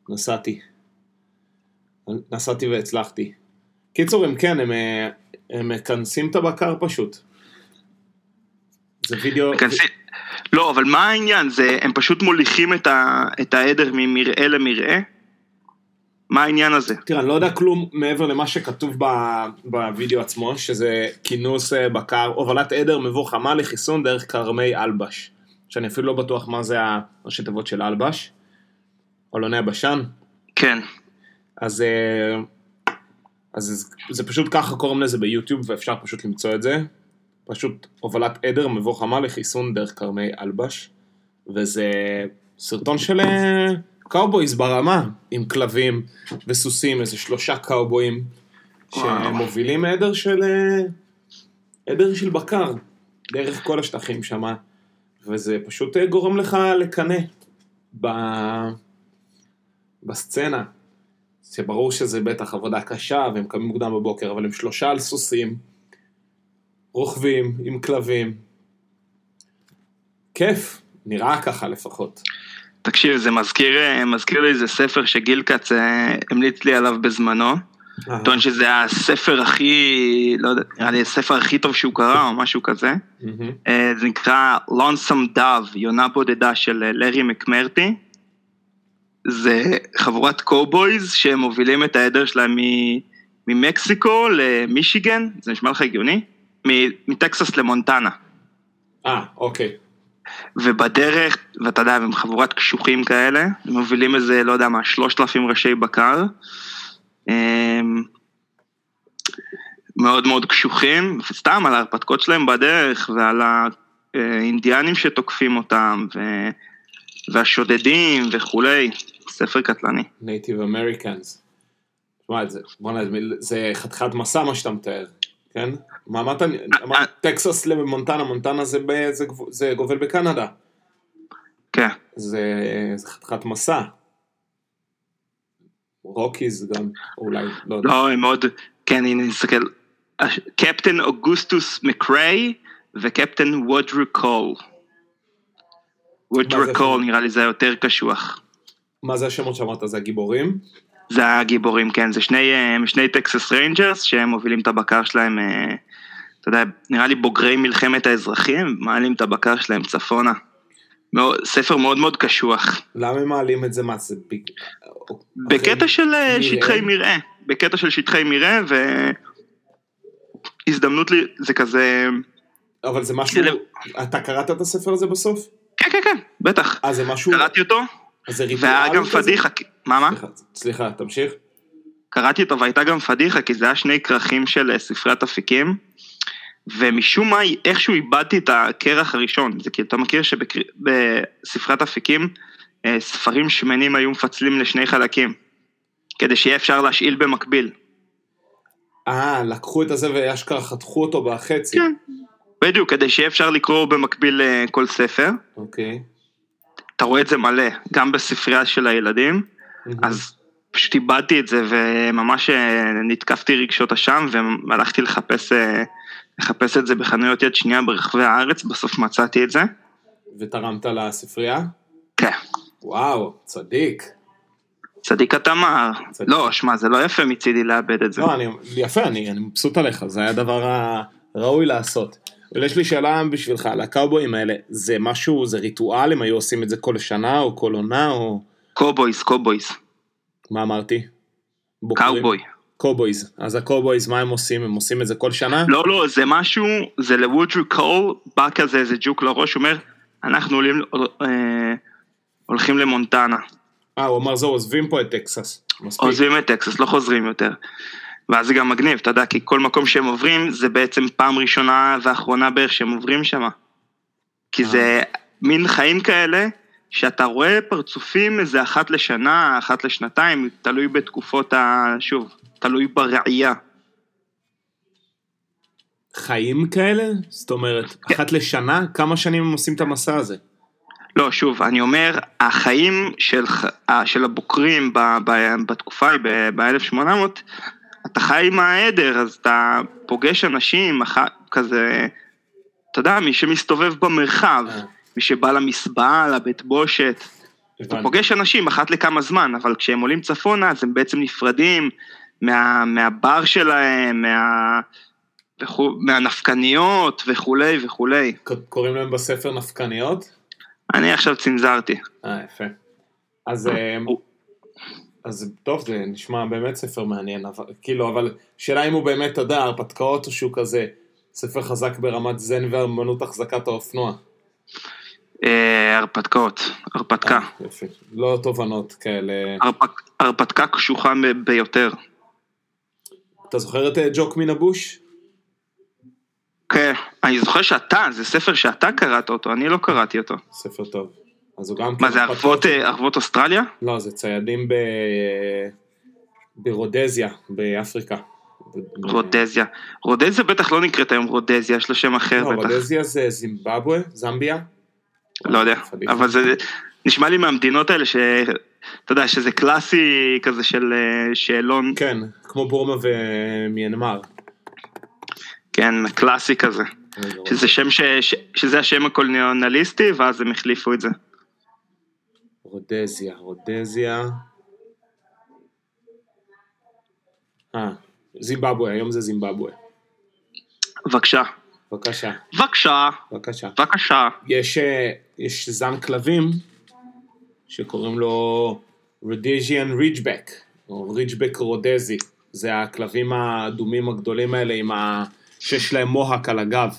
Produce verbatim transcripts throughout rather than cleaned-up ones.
נסעתי. נסעתי והצלחתי. קיצור, הם כן, הם, הם מכנסים את הבקר פשוט. זה וידאו... מכנסים... לא, אבל מה העניין? זה, הם פשוט מוליכים את, ה, את העדר ממראה למראה? מה העניין הזה? תראה, אני לא יודע כלום מעבר למה שכתוב בווידאו עצמו, שזה כינוס בקר, הובלת עדר מבוא חמה לחיסון דרך קרמי אלבש. שאני אפילו לא בטוח מה זה הראשי תיבות של אלבש. עולוני הבשן. כן. אז, אז זה פשוט ככה קוראים לזה ביוטיוב, ואפשר פשוט למצוא את זה. פשוט הובלת עדר מבוא חמה לחיסון דרך קרמי אלבש. וזה סרטון של קאובויז ברמה, עם כלבים וסוסים, איזה שלושה קאובויים, שמובילים עדר של, עדר של בקר, דרך כל השטחים שמה. וזה פשוט גורם לך לקנה ב... בסצנה. שברור שזה בטח עבודה קשה, והם קמים מוקדם בבוקר, אבל הם שלושה על סוסים, רוכבים עם כלבים. כיף, נראה ככה לפחות. תקשיב, זה מזכיר, מזכיר לי איזה ספר שגיל קץ המליץ לי עליו בזמנו. טוען שזה הספר הכי, לא יודע, נראה לי הספר הכי טוב שהוא קרא, או משהו כזה. זה נקרא Lonesome Dove, יונה בודדה של לארי מקמרטי. זה חבורת קובויז שהם מובילים את העדר שלהם ממקסיקו למישיגן, זה נשמע לך הגיוני? מטקסס למונטנה. אה, אוקיי. ובדרך, ואתה יודע, הם חבורת קשוחים כאלה, הם מובילים איזה, לא יודע מה, שלושת אלפים ראשי בקר, מאוד מאוד קשוחים, וסתם על ההרפתקות שלהם בדרך, ועל האינדיאנים שתוקפים אותם, והשודדים וכולי, ספר קטלני. Native Americans. תשמע, זה חתיכת מסע מה שאתה מתאר, כן? מה אמרת? טקסס למונטנה, מונטנה זה גובל בקנדה. כן. זה חתיכת מסע. רוקיז גם, אולי, לא יודע. לא, הם מאוד, כן, הנה נסתכל. קפטן אוגוסטוס מקריי וקפטן וודרו קול. וודרו קול נראה לי זה יותר קשוח. מה זה השמות שאמרת? זה הגיבורים? זה הגיבורים, כן. זה שני, שני טקסס ריינג'רס שהם מובילים את הבקר שלהם, אתה יודע, נראה לי בוגרי מלחמת האזרחים, מעלים את הבקר שלהם צפונה. ספר מאוד מאוד קשוח. למה הם מעלים את זה? מה זה? בקטע של שטחי מראה. בקטע של שטחי מראה, והזדמנות לי, זה כזה... אבל זה משהו... אתה קראת את הספר הזה בסוף? כן, כן, כן, בטח. אה, זה משהו... קראתי אותו, והיה גם פדיחה. מה, מה? סליחה, תמשיך. קראתי אותו, והייתה גם פדיחה, כי זה היה שני כרכים של ספריית אפיקים, ומשום מה, איכשהו איבדתי את הקרח הראשון. זה כי אתה מכיר שבספריית אפיקים, ספרים שמנים היו מפצלים לשני חלקים, כדי שיהיה אפשר להשאיל במקביל. אה, לקחו את הזה ואשכרה חתכו אותו בחצי. כן, בדיוק, כדי שיהיה אפשר לקרוא במקביל כל ספר. אוקיי. אתה רואה את זה מלא, גם בספרייה של הילדים, אז פשוט איבדתי את זה, וממש נתקפתי רגשות השם, והלכתי לחפש, לחפש את זה בחנויות יד שנייה ברחבי הארץ, בסוף מצאתי את זה. ותרמת לספרייה? כן. וואו, צדיק. צדיק התמר. לא, שמה, זה לא יפה מצידי לאבד את זה. לא, אני, יפה, אני, אני מבסוט עליך, זה היה דבר ראוי לעשות. אבל יש לי שאלה בשבילך, על הקאובויים האלה, זה משהו, זה ריטואל, הם היו עושים את זה כל שנה, או כל עונה, או... קאובויז, קאובויז. מה אמרתי? קאובוי. קאובויז. אז הקאובויז, מה הם עושים? הם עושים את זה כל שנה? לא, לא, זה משהו, זה לוודרו קול, בא כזה, איזה ג'וק לראש, אומר, אנחנו עולים, אה, הולכים למונטנה. אה, הוא אמר, זהו, עוזבים פה את טקסס. מספיק. עוזבים את טקסס, לא חוזרים יותר. ואז זה גם מגניב, אתה יודע, כי כל מקום שהם עוברים, זה בעצם פעם ראשונה ואחרונה בערך שהם עוברים שם. כי זה מין חיים כאלה, שאתה רואה פרצופים איזה אחת לשנה, אחת לשנתיים, תלוי בתקופות, ה... שוב, תלוי בראייה. חיים כאלה? זאת אומרת, אחת לשנה? כמה שנים הם עושים את המסע הזה? לא, שוב, אני אומר, החיים של, של הבוקרים ב, ב, בתקופה, ב-אלף ושמונה מאות, אתה חי עם העדר, אז אתה פוגש אנשים, כזה, אתה יודע, מי שמסתובב במרחב, מי שבא למסבעה, לבית בושת, אתה פוגש אנשים אחת לכמה זמן, אבל כשהם עולים צפונה, אז הם בעצם נפרדים מה, מהבר שלהם, מה, וכו, מהנפקניות וכולי וכולי. קוראים להם בספר נפקניות? אני עכשיו צנזרתי. אה, יפה. אז, אז טוב, זה נשמע באמת ספר מעניין, אבל, כאילו, אבל שאלה אם הוא באמת, אתה יודע, הרפתקאות או שהוא כזה, ספר חזק ברמת זן והרמנות החזקת האופנוע. הרפתקאות, הרפתקה. יפה, לא תובנות כאלה. הרפתקה קשוחה ביותר. אתה זוכר את ג'וק מן הבוש? כן, אני זוכר שאתה, זה ספר שאתה קראת אותו, אני לא קראתי אותו. ספר טוב. אז הוא גם... מה זה, ערבות אוסטרליה? לא, זה ציידים ב... ברודזיה, באפריקה. רודזיה. רודזיה בטח לא נקראת היום רודזיה, יש לו שם אחר בטח. לא, רודזיה זה זימבבואה, זמביה. לא יודע, אבל זה נשמע לי מהמדינות האלה ש... אתה יודע, שזה קלאסי כזה של שאלון. כן, כמו בורמה ומיינמר. כן, קלאסי כזה. שזה שם ש... שזה השם הקולוניאליסטי, ואז הם החליפו את זה. רודזיה, רודזיה. אה, זימבבואה, היום זה זימבבואה. בבקשה. בבקשה. בבקשה. בבקשה. בבקשה. יש, יש זן כלבים שקוראים לו Rhodesian Ridgeback, או Ridgeback רודזי. זה הכלבים האדומים הגדולים האלה עם ה... שיש להם מוהק על הגב.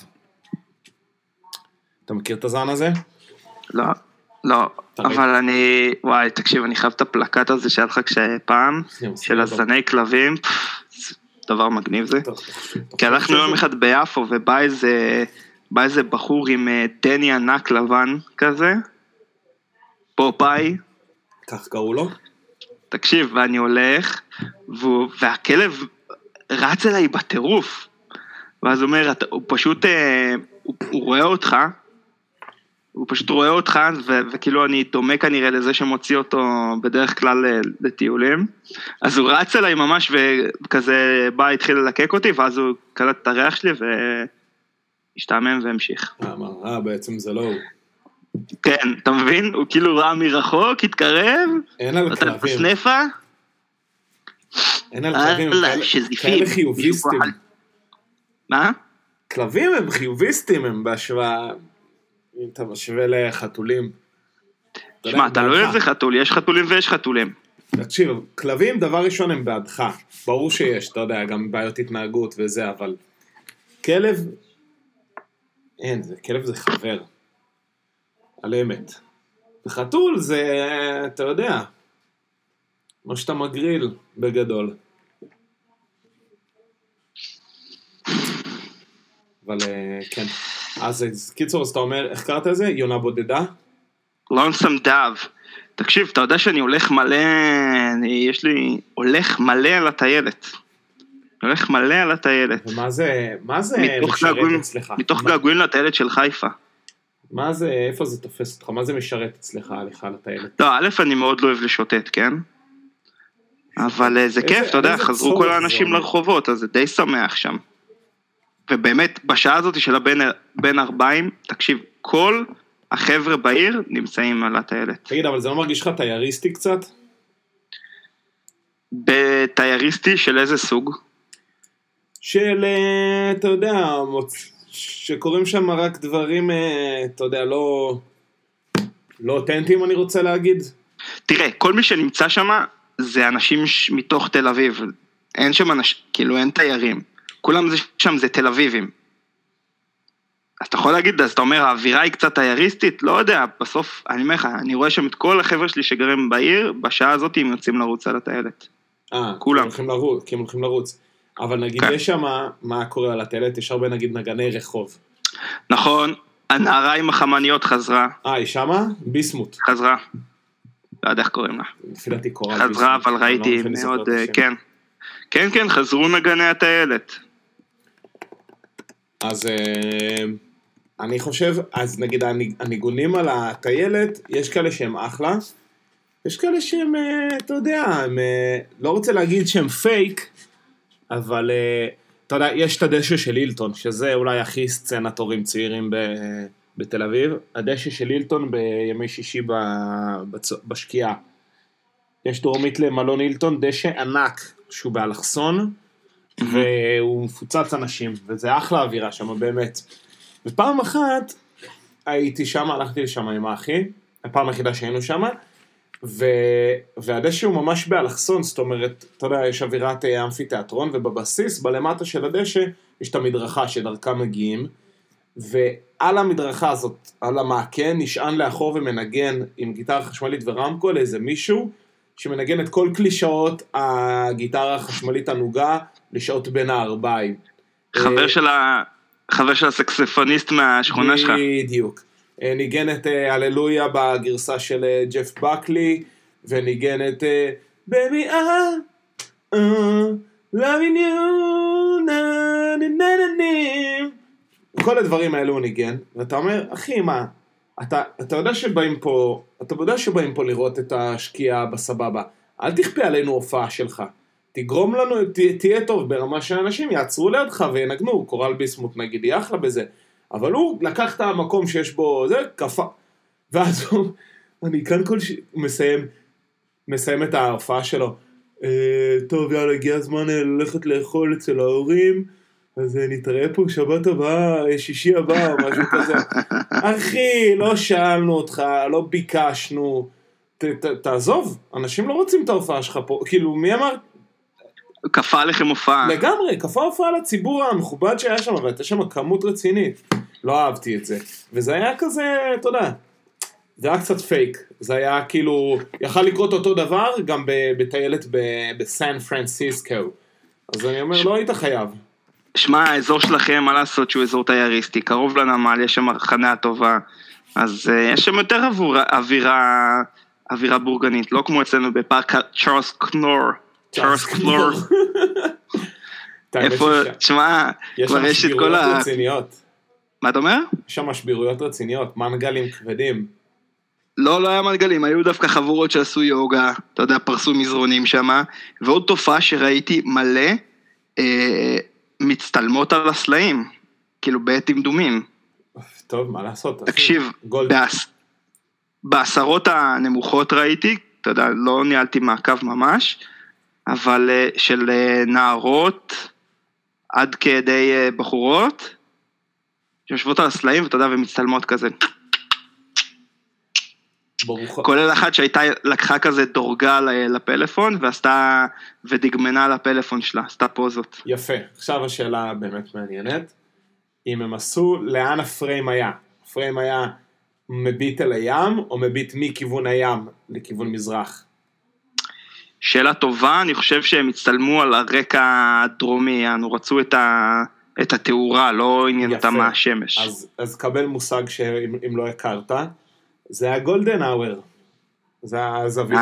אתה מכיר את הזן הזה? לא, לא, אבל אני, וואי, תקשיב, אני חייב את הפלקט הזה שהיה לך כשפעם, של הזני כלבים, דבר מגניב זה. כי הלכנו יום אחד ביפו, ובא איזה, בא איזה בחור עם דני ענק לבן כזה, פופאי. כך קראו לו? תקשיב, ואני הולך, והכלב רץ אליי בטירוף, ואז הוא אומר, הוא פשוט, הוא, הוא רואה אותך, הוא פשוט רואה אותך, ו- וכאילו אני דומה כנראה לזה שמוציא אותו בדרך כלל לטיולים, אז הוא רץ אליי ממש, וכזה בא, התחיל ללקק אותי, ואז הוא קלט את הריח שלי, והשתעמם והמשיך. אה, בעצם זה לא הוא. כן, אתה מבין? הוא כאילו ראה מרחוק, התקרב, אין על כלבים. סנפה, אין על כלבים, כאלה חיוביסטים. מה? כלבים הם חיוביסטים, הם בהשוואה, אם אתה משווה לחתולים. שמע, אתה לא איזה חתול, יש חתולים ויש חתולים. תקשיב, כלבים דבר ראשון הם בעדך, ברור שיש, אתה יודע, גם בעיות התנהגות וזה, אבל כלב, אין, זה, כלב זה חבר, על אמת. וחתול זה, אתה יודע, מה שאתה מגריל בגדול. אבל כן, אז קיצור, אז אתה אומר, איך קראת את זה? יונה בודדה? לונסם דאב. תקשיב, אתה יודע שאני הולך מלא, אני, יש לי, הולך מלא על הטיילת. הולך מלא על הטיילת. ומה זה, מה זה משרת אצלך? מתוך געגועים לטיילת של חיפה. מה זה, איפה זה תופס אותך? מה זה משרת אצלך, הליכה לטיילת? לא, א', אני מאוד לא אוהב לשוטט, כן? אבל זה כיף, אתה יודע, חזרו כל האנשים לרחובות, אז זה די שמח שם. ובאמת, בשעה הזאת של בין ארבעים, תקשיב, כל החבר'ה בעיר נמצאים על הטיילת. תגיד, אבל זה לא מרגיש לך טייריסטי קצת? בטייריסטי של איזה סוג? של, אתה יודע, שקוראים שם רק דברים, אתה יודע, לא, לא אותנטיים אני רוצה להגיד. תראה, כל מי שנמצא שם, זה אנשים מתוך תל אביב. אין שם אנשים, כאילו אין תיירים. כולם זה, שם זה תל אביבים. אז אתה יכול להגיד, אז אתה אומר, האווירה היא קצת טייריסטית? לא יודע, בסוף, אני אומר לך, אני רואה שם את כל החבר'ה שלי שגרים בעיר, בשעה הזאת הם יוצאים לרוץ על הטיילת. אה, כולם. כי הם הולכים לרוץ, כי הם הולכים לרוץ. אבל נגיד, כן. יש שם, מה קורה על הטיילת? יש הרבה נגיד נגני רחוב. נכון, הנערה עם החמניות חזרה. אה, היא שמה? ביסמוט. חזרה. לא יודע איך קוראים לה. לפי דעתי קורא. חזרה, אבל ראיתי מאוד, כן. כן, כן, חזרו נגני הטיילת. אז אני חושב, אז נגיד הניגונים על הטיילת, יש כאלה שהם אחלה, יש כאלה שהם, אתה יודע, הם, לא רוצה להגיד שהם פייק, אבל אתה יודע, יש את הדשא של הילטון, שזה אולי הכי סצנת הורים צעירים בתל אביב, הדשא של הילטון בימי שישי בשקיעה. יש דרומית למלון הילטון, דשא ענק, שהוא באלכסון, והוא מפוצץ אנשים, וזה אחלה אווירה שם באמת. ופעם אחת הייתי שם, הלכתי לשם עם האחי, הפעם היחידה שהיינו שם, ו... והדשא הוא ממש באלכסון, זאת אומרת, אתה יודע, יש אווירת אמפיתיאטרון, ובבסיס, בלמטה של הדשא, יש את המדרכה שדרכה מגיעים, ועל המדרכה הזאת, על המעקה, נשען לאחור ומנגן עם גיטרה חשמלית ורמקול, איזה מישהו שמנגן את כל קלישאות הגיטרה החשמלית הנוגה לשעות בין הארבעים. חבר של ה... חבר של הסקספוניסט מהשכונה שלך. בדיוק. ניגן את הללויה בגרסה של ג'ף בקלי, וניגן את Baby I loving you na na na na. כל הדברים האלו הוא ניגן, ואתה אומר, אחי, מה? אתה, אתה יודע שבאים פה, אתה יודע שבאים פה לראות את השקיעה בסבבה. אל תכפה עלינו הופעה שלך. תגרום לנו, ת, תהיה טוב ברמה שאנשים יעצרו לידך וינגנו. קורל ביסמוט נגיד, היא אחלה בזה. אבל הוא לקח את המקום שיש בו, זה קפה. ואז הוא, אני כאן כל ש... מסיים, מסיים את ההופעה שלו. אה, טוב, יאללה, הגיע הזמן ללכת לאכול אצל ההורים, אז נתראה פה שבת הבאה, שישי הבא, או משהו כזה. אחי, לא שאלנו אותך, לא ביקשנו. ת, ת, תעזוב, אנשים לא רוצים את ההופעה שלך פה. כאילו, מי אמר? קפה לכם הופעה. לגמרי, קפה הופעה לציבור המכובד שהיה שם, אבל הייתה שם כמות רצינית. לא אהבתי את זה. וזה היה כזה, אתה יודע, זה היה קצת פייק. זה היה כאילו, יכל לקרות אותו דבר, גם בטיילת בסן פרנסיסקו. אז אני אומר, לא היית חייב. שמע, האזור שלכם, מה לעשות שהוא אזור טייריסטי, קרוב לנמל, יש שם חניה טובה, אז uh, יש שם יותר עבור, אווירה, אווירה בורגנית, לא כמו אצלנו בפארק צ'ארלס קנור. צ'ארלס קנור. איפה, שמע, כבר יש את כל ה... רציניות. מה אתה אומר? יש שם שבירויות רציניות, מנגלים כבדים. לא, לא היה מנגלים, היו דווקא חבורות שעשו יוגה, אתה יודע, פרסו מזרונים שם, ועוד תופעה שראיתי מלא, אה, מצטלמות על הסלעים, כאילו בעת דמדומים. טוב, מה לעשות? תקשיב, בעש... בעשרות הנמוכות ראיתי, אתה יודע, לא ניהלתי מעקב ממש, אבל של נערות עד כדי בחורות, שיושבות על הסלעים, ואתה יודע, ומצטלמות כזה. ברוך... כולל אחת שהייתה, לקחה כזה דורגה לפלאפון, ועשתה, ודגמנה לפלאפון שלה, עשתה פוזות. יפה, עכשיו השאלה באמת מעניינת, אם הם עשו, לאן הפריים היה? הפריים היה מביט אל הים, או מביט מכיוון הים לכיוון מזרח? שאלה טובה, אני חושב שהם הצטלמו על הרקע הדרומי, אנו רצו את, ה, את התאורה, לא עניין אותה מהשמש. אז, אז קבל מושג שאם לא הכרת, זה הגולדן האוור. זה הזווית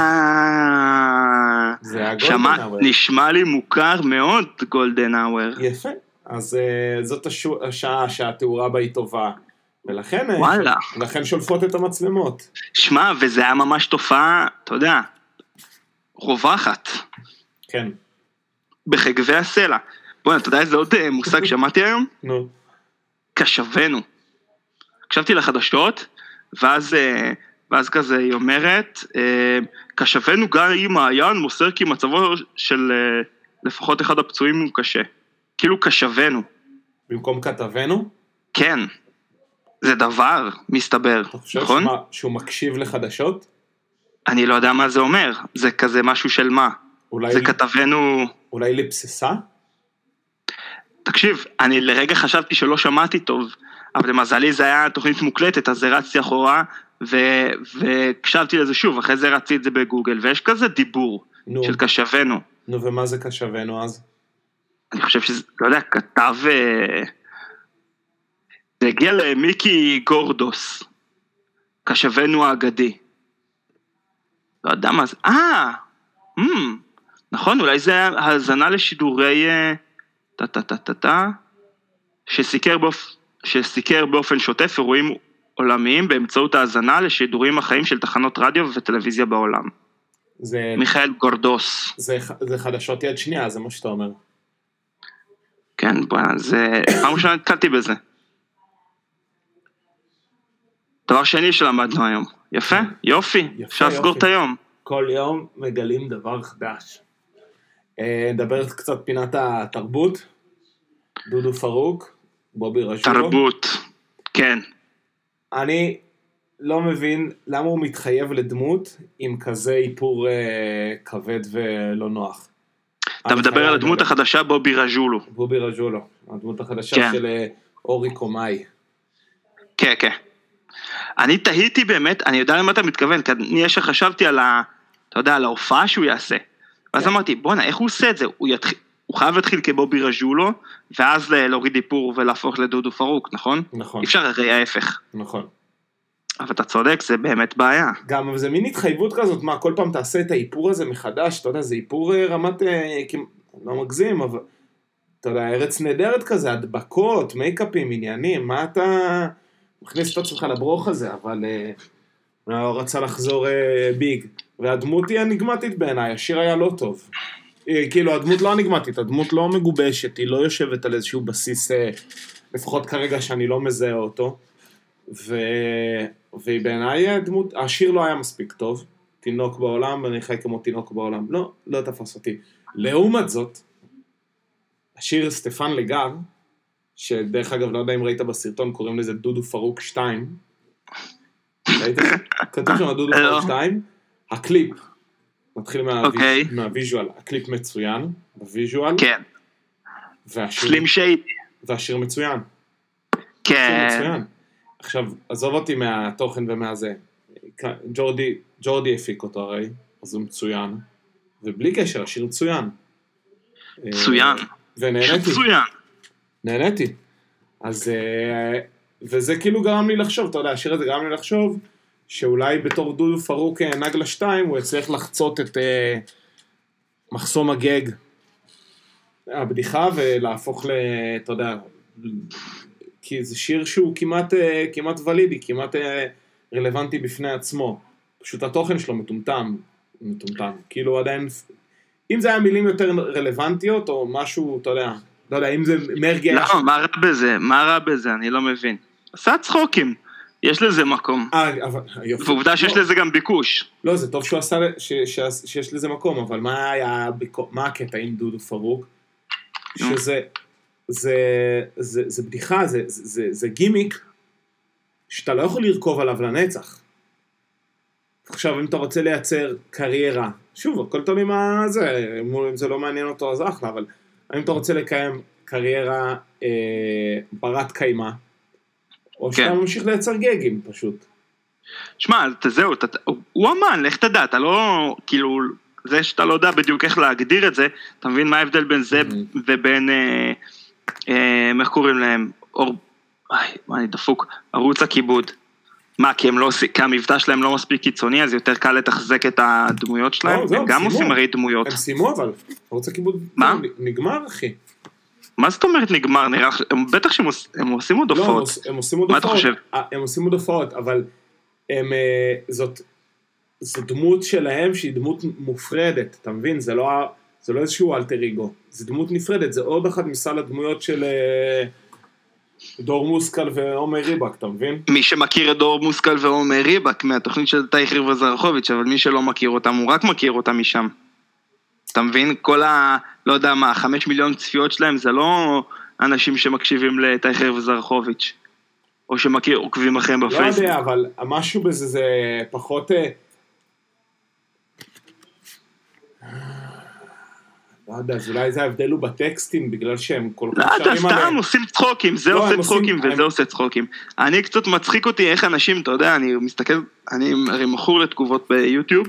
שלה. זה הגולדן האוור. נשמע לי מוכר מאוד גולדן האוור. יפה. אז uh, זאת השו, השעה שהתאורה בה היא טובה. ולכן וואלה. לכן שולפות את המצלמות. שמע, וזה היה ממש תופעה, אתה יודע, רווחת. כן. בחגבי הסלע. בואי, אתה יודע איזה עוד מושג שמעתי היום? נו. קשבנו. הקשבתי לחדשות, ואז, ואז כזה היא אומרת, קשבנו גיא מעיין מוסר כי מצבו של לפחות אחד הפצועים הוא קשה. כאילו קשבנו. במקום כתבנו? כן. זה דבר, מסתבר. אתה חושב נכון? שמה, שהוא מקשיב לחדשות? אני לא יודע מה זה אומר. זה כזה משהו של מה. אולי זה כתבנו... אולי לבססה? תקשיב, אני לרגע חשבתי שלא שמעתי טוב, אבל למזלי זה היה תוכנית מוקלטת, אז זה רצתי אחורה, ו- והקשבתי לזה שוב, אחרי זה רצתי את זה בגוגל, ויש כזה דיבור נו. של קשבנו. נו, ומה זה קשבנו אז? אני חושב שזה, לא יודע, כתב... זה הגיע למיקי גורדוס, קשבנו האגדי. לא יודע מה זה, אה, mm, נכון, אולי זה האזנה לשידורי, טה-טה-טה-טה, שסיקר, באופ... שסיקר באופן שוטף אירועים עולמיים, באמצעות האזנה לשידורים החיים של תחנות רדיו וטלוויזיה בעולם. זה... מיכאל גורדוס. זה, זה חדשות יד שנייה, זה מה שאתה אומר. כן, בוא, זה... פעם ראשונה נתקלתי בזה. דבר שני שלמדנו היום. יפה? יופי. אפשר לסגור את היום. כל יום מגלים דבר חדש. נדבר קצת פינת התרבות. דודו פרוק, בובי רג'ולו. תרבות, כן. אני לא מבין למה הוא מתחייב לדמות עם כזה איפור כבד ולא נוח. אתה מדבר על הדמות החדשה בובי רג'ולו. בובי רג'ולו, הדמות החדשה של אורי קומאי. כן, כן. אני תהיתי באמת, אני יודע למה אתה מתכוון, כי אני יש שחשבתי על ה... אתה יודע, על ההופעה שהוא יעשה. ואז אמרתי, בוא'נה, איך הוא עושה את זה? הוא יתחיל... הוא חייב להתחיל כבובי רג'ולו, ואז להוריד איפור ולהפוך לדודו פרוק, נכון? נכון. אפשר הרי ההפך. נכון. אבל אתה צודק, זה באמת בעיה. גם, אבל זה מין התחייבות כזאת, מה, כל פעם תעשה את האיפור הזה מחדש, אתה יודע, זה איפור רמת, לא מגזים, אבל, אתה יודע, ארץ נהדרת כזה, הדבקות, מייקאפים, עניינים, מה אתה מכניס את עצמך לברוך הזה, אבל הוא רצה לחזור ביג, והדמות היא הנגמתית בעיניי, השיר היה לא טוב. כאילו, הדמות לא הנגמתית, הדמות לא מגובשת, היא לא יושבת על איזשהו בסיס, לפחות כרגע שאני לא מזהה אותו, ו... והיא בעיניי הדמות, השיר לא היה מספיק טוב, תינוק בעולם, אני חי כמו תינוק בעולם, לא, לא תפס אותי. לעומת זאת, השיר סטפן לגר, שדרך אגב, לא יודע אם ראית בסרטון, קוראים לזה דודו פרוק שתיים, ראית? כתוב שם דודו פרוק שתיים, הקליפ, מתחיל מהוויז'ואל, הקליפ מצוין, בוויז'ואל, כן, סלים שייד, והשיר מצוין, כן, מצוין. עכשיו, עזוב אותי מהתוכן ומהזה, ג'ורדי, ג'ורדי הפיק אותו הרי, אז הוא מצוין, ובלי קשר, השיר מצוין. מצוין. ונהניתי. מצוין. נהניתי. אז, וזה כאילו גרם לי לחשוב, אתה יודע, השיר הזה גרם לי לחשוב, שאולי בתור דודו פרוק נגלה שתיים, הוא יצליח לחצות את מחסום הגג, הבדיחה, ולהפוך ל, אתה יודע, כי זה שיר שהוא כמעט, כמעט ולידי, כמעט רלוונטי בפני עצמו. פשוט התוכן שלו מטומטם, מטומטם. כאילו עדיין, אם זה היה מילים יותר רלוונטיות, או משהו, אתה יודע, לא יודע, אם זה מרגע... לא, מה רע בזה? מה רע בזה? אני לא מבין. עשה צחוקים. יש לזה מקום. ועובדה שיש לזה גם ביקוש. לא, זה טוב שהוא עשה, שיש לזה מקום, אבל מה היה, מה הקטע עם דודו פרוק? שזה... זה, זה, זה בדיחה, זה, זה, זה גימיק שאתה לא יכול לרכוב עליו לנצח. עכשיו, אם אתה רוצה לייצר קריירה, שוב, הכל תלוי מה זה, אם זה לא מעניין אותו אז אחלה, אבל אם אתה רוצה לקיים קריירה אה, ברת קיימה, או שאתה כן. ממשיך לייצר גגים פשוט. שמע, זהו, אתה, הוא אמן, לך תדע, אתה לא, כאילו, זה שאתה לא יודע בדיוק איך להגדיר את זה, אתה מבין מה ההבדל בין זה mm-hmm. ובין... אה, איך קוראים להם, אור, איי, מה אני דפוק, ערוץ הכיבוד, מה, כי הם לא, כי המבטא שלהם לא מספיק קיצוני, אז יותר קל לתחזק את הדמויות שלהם, הם גם עושים הרי דמויות. הם סיימו אבל, ערוץ הכיבוד נגמר אחי. מה זאת אומרת נגמר? נראה, בטח שהם עושים עוד הופעות. לא, הם עושים עוד הופעות. מה אתה חושב? הם עושים עוד הופעות, אבל זאת דמות שלהם שהיא דמות מופרדת, אתה מבין? זה לא... זה לא איזשהו אלטר אגו, זה דמות נפרדת, זה עוד אחת מסל הדמויות של דור מוסקל ועומר ריבק, אתה מבין? מי שמכיר את דור מוסקל ועומר ריבק מהתוכנית של טייכר וזרחוביץ', אבל מי שלא מכיר אותם, הוא רק מכיר אותם משם. אתה מבין? כל ה... לא יודע מה, חמש מיליון צפיות שלהם, זה לא אנשים שמקשיבים לטייכר וזרחוביץ', או שמכיר, עוקבים אחריהם בפייסבוק. לא יודע, אבל משהו בזה זה פחות... לא יודע, אז אולי זה ההבדל הוא בטקסטים, בגלל שהם כל כך שרים עליהם. לא יודע, סתם עושים צחוקים, זה עושה צחוקים וזה עושה צחוקים. אני קצת מצחיק אותי איך אנשים, אתה יודע, אני מסתכל, אני הרי מכור לתגובות ביוטיוב,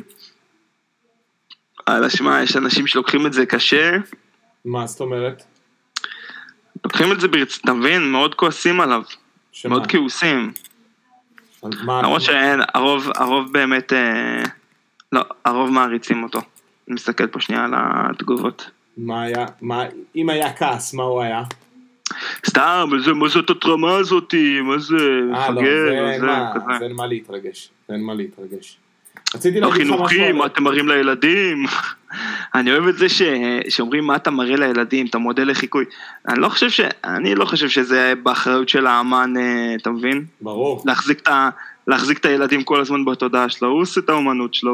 על השמה, יש אנשים שלוקחים את זה קשה. מה זאת אומרת? לוקחים את זה ברצ... אתה מבין, מאוד כועסים עליו, מאוד כעוסים. למרות שאין, הרוב באמת, לא, הרוב מעריצים אותו. אני מסתכל פה שנייה על התגובות. מה היה, מה, אם היה כעס, מה הוא היה? סתם, מה זאת התרמה הזאת, מה זה, מפגר, זה אין מה להתרגש, זה אין מה להתרגש. לא חינוכי, מה אתם מראים לילדים? אני אוהב את זה שאומרים מה אתה מראה לילדים, אתה מודל לחיקוי. אני לא חושב ש, אני לא חושב שזה באחריות של האמן, אתה מבין? ברור. להחזיק את ה... להחזיק את הילדים כל הזמן בתודעה שלו, הוא עושה את האומנות שלו,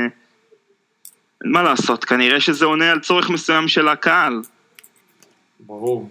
ומה לעשות, כנראה שזה עונה על צורך מסוים של הקהל. ברור.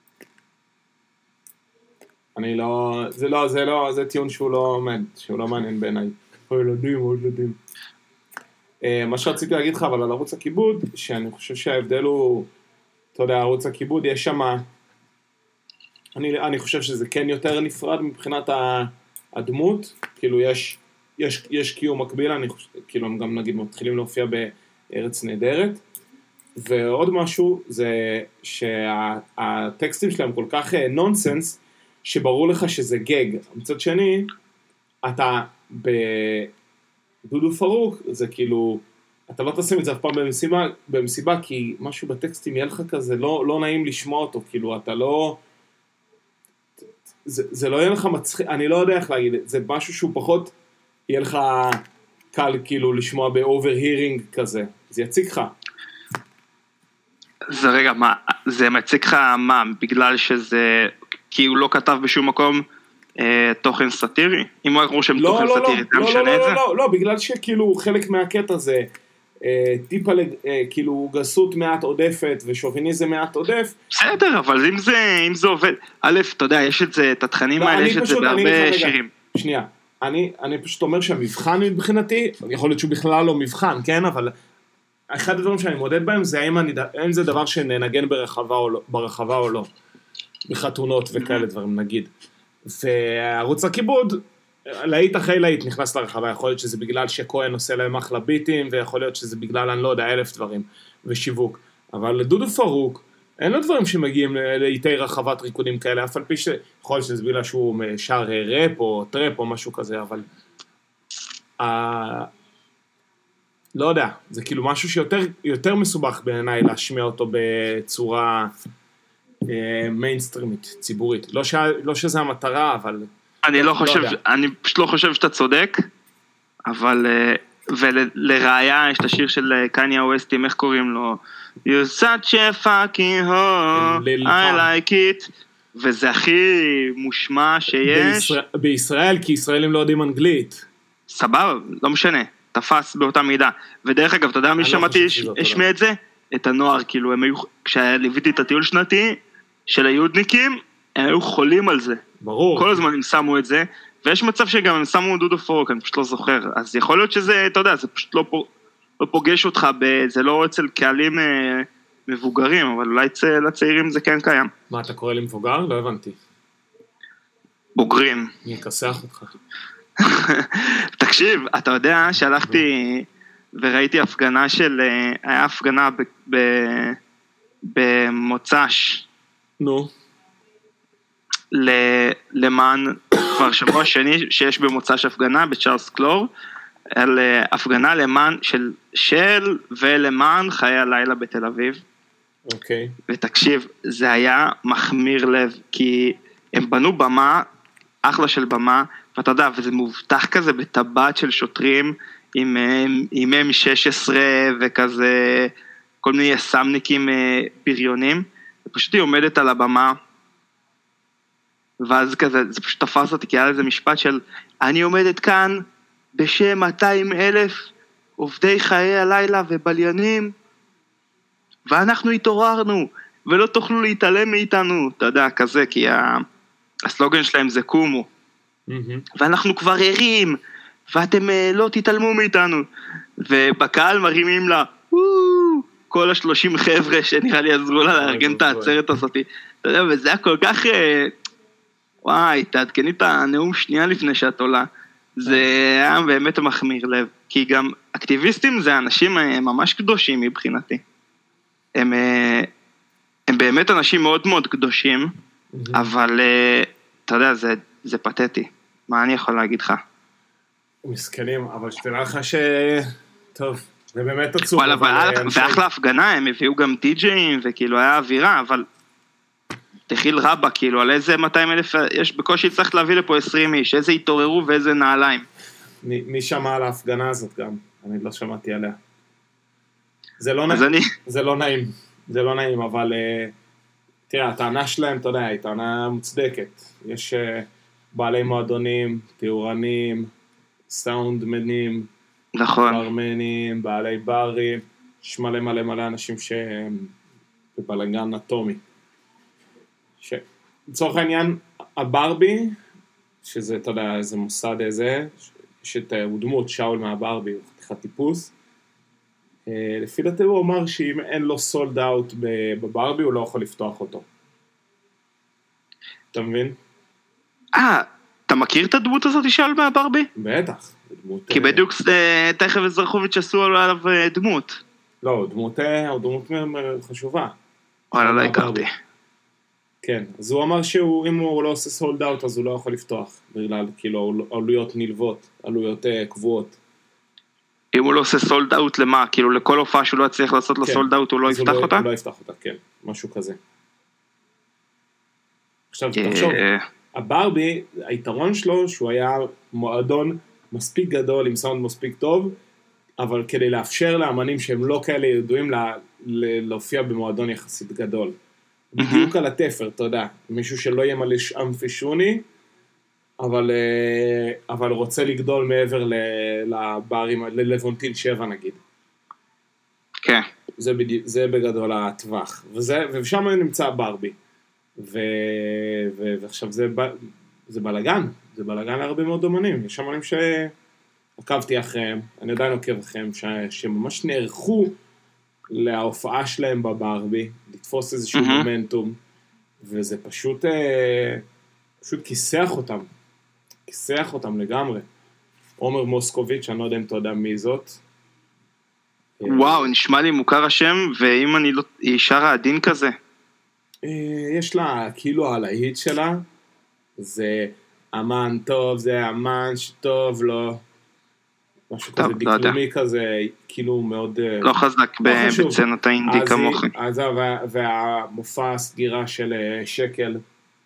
אני לא, זה לא, זה לא, זה טיעון שהוא לא עומד, שהוא לא מעניין בעיניי. או ילדים, או ילדים. מה שרציתי להגיד לך, אבל על ערוץ הכיבוד, שאני חושב שההבדל הוא, אתה יודע, ערוץ הכיבוד, יש שם, אני, אני חושב שזה כן יותר נפרד מבחינת הדמות, כאילו יש, יש, יש קיום מקביל, אני חושב, כאילו הם גם נגיד מתחילים להופיע בארץ נהדרת, ועוד משהו זה שהטקסטים שלהם כל כך נונסנס, שברור לך שזה גג. מצד שני, אתה בדודו פרוק, זה כאילו, אתה לא תשים את זה אף פעם במסיבה, במסיבה כי משהו בטקסטים יהיה לך כזה, לא, לא נעים לשמוע אותו, כאילו אתה לא, זה, זה לא יהיה לך מצחיק, אני לא יודע איך להגיד, זה משהו שהוא פחות, יהיה לך קל כאילו לשמוע ב-overhearing כזה, זה יציג לך. זה רגע, מה, זה מציג לך מה, בגלל שזה, כי הוא לא כתב בשום מקום אה, תוכן סאטירי? אם הוא אמרו שהם לא, תוכן לא, סאטירי, לא, אתה לא, משנה לא, את לא, זה? לא, לא, לא, בגלל שכאילו חלק מהקטע זה אה, טיפה, אה, כאילו גסות מעט עודפת ושוביניזם מעט עודף. בסדר, אבל אם זה, אם זה עובד, א', אתה יודע, יש את זה, את התכנים לא, האלה, יש את זה פשוט, בהרבה שירים. שנייה, אני, אני פשוט אומר שהמבחן מבחינתי, יכול להיות שהוא בכלל לא מבחן, כן, אבל אחד הדברים שאני מודד בהם זה האם, אני, האם זה דבר שננגן ברחבה או לא, ברחבה או לא. בחתונות וכאלה דברים, נגיד. וערוץ הכיבוד, להיט אחרי להיט נכנס לרחבה, יכול להיות שזה בגלל שכהן עושה להם אחלה ביטים, ויכול להיות שזה בגלל, אני לא יודע, אלף דברים, ושיווק. אבל לדודו פרוק, אין לו דברים שמגיעים להיטי רחבת ריקודים כאלה, אף על פי שיכול להיות שזה בגלל שהוא שר ראפ או טראפ או משהו כזה, אבל... לא יודע, זה כאילו משהו שיותר יותר מסובך בעיניי להשמיע אותו בצורה... מיינסטרימית, ציבורית. לא, ש... לא שזה המטרה, אבל... אני לא חושב, לא אני פשוט לא חושב שאתה צודק, אבל, ולראיה יש את השיר של קניה ווסטים, איך קוראים לו? You're such a fucking hoe, I like it, וזה הכי מושמע שיש. בישראל, בישראל, כי ישראלים לא יודעים אנגלית. סבבה, לא משנה, תפס באותה מידה. ודרך אגב, אתה יודע מי שמעתי, השמיע את זה? את הנוער, כאילו, הם היו, כשליוויתי את הטיול שנתי של היהודניקים, הם היו חולים על זה. ברור. כל הזמן הם שמו את זה, ויש מצב שגם הם שמו דודו פרוק, אני פשוט לא זוכר. אז יכול להיות שזה, אתה יודע, זה פשוט לא, לא פוגש אותך, זה לא אצל קהלים אה, מבוגרים, אבל אולי אצל הצעירים זה כן קיים. מה, אתה קורא לי מבוגר? לא הבנתי. בוגרים. אני אכסח אותך. תקשיב, אתה יודע שהלכתי... וראיתי הפגנה של, היה הפגנה ב, ב, במוצ"ש. נו. ל, למען, כבר שבוע שני שיש במוצ"ש הפגנה בצ'ארלס קלור, על הפגנה למען, של, של ולמען חיי הלילה בתל אביב. אוקיי. ותקשיב, זה היה מחמיר לב, כי הם בנו במה, אחלה של במה, ואתה יודע, וזה מובטח כזה בטבעת של שוטרים, עם, עם אם שש עשרה וכזה, כל מיני יסמניקים בריונים, ופשוט היא עומדת על הבמה, ואז כזה, זה פשוט תפס אותי, כי היה לזה משפט של, אני עומדת כאן בשם מאתיים אלף עובדי חיי הלילה ובליינים, ואנחנו התעוררנו, ולא תוכלו להתעלם מאיתנו, אתה יודע, כזה, כי הסלוגן שלהם זה קומו, ואנחנו כבר ערים, ואתם לא תתעלמו מאיתנו, ובקהל מרימים לה, כל השלושים חבר'ה שנראה לי עזרו לה לארגן את העצרת הזאת, אתה יודע, וזה היה כל כך, וואי, תעדכני את הנאום שנייה לפני שאת עולה, זה היה באמת מחמיר לב, כי גם אקטיביסטים זה אנשים ממש קדושים מבחינתי, הם, הם באמת אנשים מאוד מאוד קדושים, אבל אתה יודע, זה, זה פתטי, מה אני יכול להגיד לך? מסכנים, אבל שתראה לך ש... טוב, זה באמת עצוב. ואחלה הפגנה, הם הביאו גם די-ג'אים, וכאילו היה אווירה, אבל תחיל רבה, כאילו, על איזה מאתיים אלף, יש בקושי צריך להביא לפה עשרים איש, איזה התעוררו ואיזה נעליים. מי שמע על ההפגנה הזאת גם? אני לא שמעתי עליה. זה לא נעים, זה לא נעים, זה לא נעים, אבל תראה, הטענה שלהם, אתה יודע, היא טענה מוצדקת. יש... בעלי מועדונים, תיאורנים, סאונדמנים, נכון. ברמנים, בעלי ברים, יש מלא מלא מלא אנשים שהם בבלגן אטומי. לצורך העניין, הברבי, שזה, אתה יודע, איזה מוסד איזה, יש את דמות שאול מהברבי, הוא חתיכת טיפוס. לפי דעתי הוא אמר שאם אין לו סולד אאוט בברבי, הוא לא יכול לפתוח אותו. אתה מבין? אה, אתה מכיר את הדמות הזאת שאול מהברבי? בטח. כי בדיוק תכף וזרחוביץ' עשו עליו דמות. לא, דמות, דמות חשובה. וואלה, לא הכרתי. כן, אז הוא אמר שאם הוא לא עושה סולד אאוט, אז הוא לא יכול לפתוח, בגלל כאילו עלויות נלוות, עלויות קבועות. אם הוא לא עושה סולד אאוט למה? כאילו לכל הופעה שהוא לא יצליח לעשות לו סולד אאוט, הוא לא יפתח אותה? הוא לא יפתח אותה, כן, משהו כזה. עכשיו תחשוב, הברבי, היתרון שלו שהוא היה מועדון מספיק גדול עם סאונד מספיק טוב, אבל כדי לאפשר לאמנים שהם לא כאלה ידועים להופיע במועדון יחסית גדול. בדיוק על התפר, אתה יודע, מישהו שלא יהיה מלא אמפי שוני, אבל, אבל רוצה לגדול מעבר לברים, ללוונטיל שבע נגיד. כן. זה, בדי, זה בגדול הטווח, וזה, ושם נמצא ברבי. ו, ו, ועכשיו זה, זה בלגן, זה בלגן להרבה מאוד אומנים, יש אמנים שעקבתי אחריהם, אני עדיין עוקב אחריהם, ש, שממש נערכו להופעה שלהם בברבי, לתפוס איזשהו mm-hmm. מומנטום, וזה פשוט, פשוט כיסח אותם, כיסח אותם לגמרי. עומר מוסקוביץ', אני לא יודע אם אתה יודע מי זאת. וואו, נשמע לי מוכר השם, ואם אני לא, היא שרה עדין כזה. יש לה, כאילו הלהיט שלה, זה אמן טוב, זה אמן שטוב לו, משהו כזה דקלומי כזה, כאילו מאוד... לא חזק בצנת האינדי כמוכי. אז והמופע הסגירה של שקל,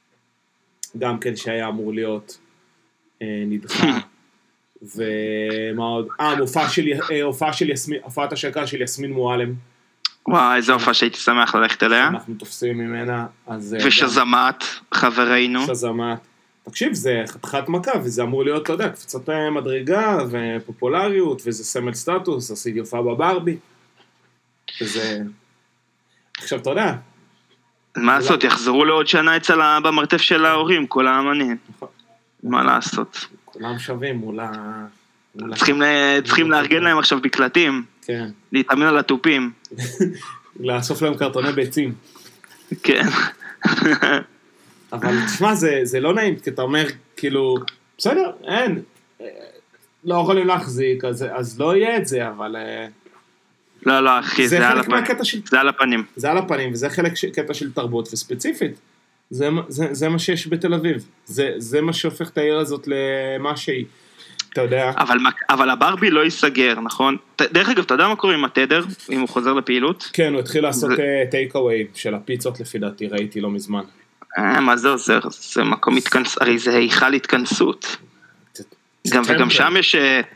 גם כן שהיה אמור להיות נדחה, ומה עוד? אה, הופעה של יסמין, הופעת השקה של יסמין מועלם. וואי, איזה הופעה שהייתי שמח ללכת אליה. אנחנו תופסים ממנה, אז... ושזמת, חברינו. שזמת. תקשיב, זה חתיכת מכה, וזה אמור להיות, אתה יודע, קפיצת מדרגה, ופופולריות, וזה סמל סטטוס, עשיתי הופעה בברבי. וזה... עכשיו, אתה יודע. מה לעשות, יחזרו לעוד שנה אצל במרתף של ההורים, כל האמנים. מה לעשות? כולם שווים מול ה... צריכים לארגן להם עכשיו בקלטים. כן. להתאמן על הטופים. לאסוף להם קרטוני ביצים. כן. אבל תשמע, זה, זה לא נעים, כי אתה אומר, כאילו, בסדר, אין, לא יכולים להחזיק, אז, אז לא יהיה את זה, אבל... לא, לא, אחי, זה, זה, על, הפנים. של... זה על הפנים. זה על הפנים, וזה חלק ש... קטע של תרבות, וספציפית, זה, זה, זה מה שיש בתל אביב, זה, זה מה שהופך את העיר הזאת למה שהיא, אתה יודע. אבל, אבל הברבי לא ייסגר, נכון? דרך אגב, אתה יודע מה קורה עם התדר, אם הוא חוזר לפעילות? כן, הוא התחיל לעשות טייק אווי של הפיצות לפי דעתי, ראיתי לא מזמן. מה זה עוזר? זה מקום התכנס, הרי זה היכל התכנסות. גם וגם שם יש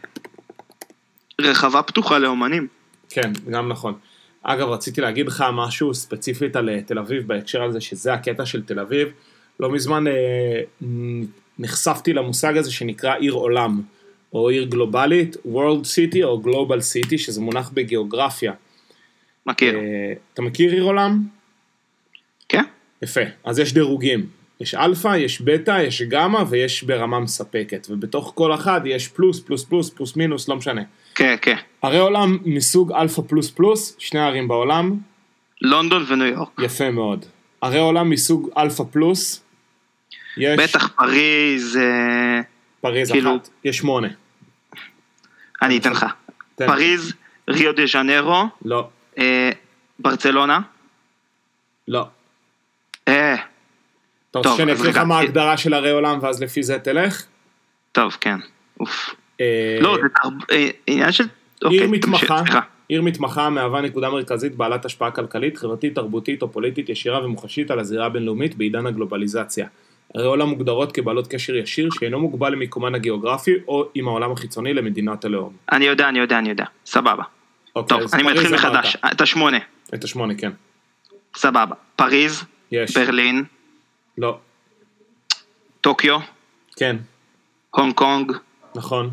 רחבה פתוחה לאומנים. כן, גם נכון. אגב, רציתי להגיד לך משהו ספציפית על תל אביב, בהקשר על זה שזה הקטע של תל אביב. לא מזמן נחשפתי למושג הזה שנקרא עיר עולם, או עיר גלובלית, World City או Global City, שזה מונח בגיאוגרפיה. מכיר. אתה מכיר עיר עולם? כן. יפה, אז יש דירוגים, יש אלפא, יש בטא, יש גמא ויש ברמה מספקת, ובתוך כל אחד יש פלוס, פלוס, פלוס, פלוס, מינוס, לא משנה. כן, כן. ערי עולם מסוג אלפא פלוס פלוס, שני ערים בעולם. לונדון וניו יורק. יפה מאוד. ערי עולם מסוג אלפא פלוס, יש... בטח פריז... פריז כאילו... אחת, יש שמונה. אני אתן לך. פריז, ריו דה ז'נרו. לא. אה, ברצלונה. לא. אה. אתה רוצה שאני אקריא לך מה ההגדרה של ערי עולם, ואז לפי זה תלך? טוב, כן. אוף. לא, זה עניין של... עיר מתמחה, עיר מתמחה מהווה נקודה מרכזית בעלת השפעה כלכלית, חברתית, תרבותית או פוליטית ישירה ומוחשית על הזירה הבינלאומית בעידן הגלובליזציה. ערי עולם מוגדרות כבעלות קשר ישיר שאינו מוגבל למיקומן הגיאוגרפי או עם העולם החיצוני למדינת הלאום. אני יודע, אני יודע, אני יודע. סבבה. טוב, אני מתחיל מחדש. את השמונה. את השמונה, כן. סבבה. פריז, יש. ברלין. לא. טוקיו. כן. הונג קונג. נכון.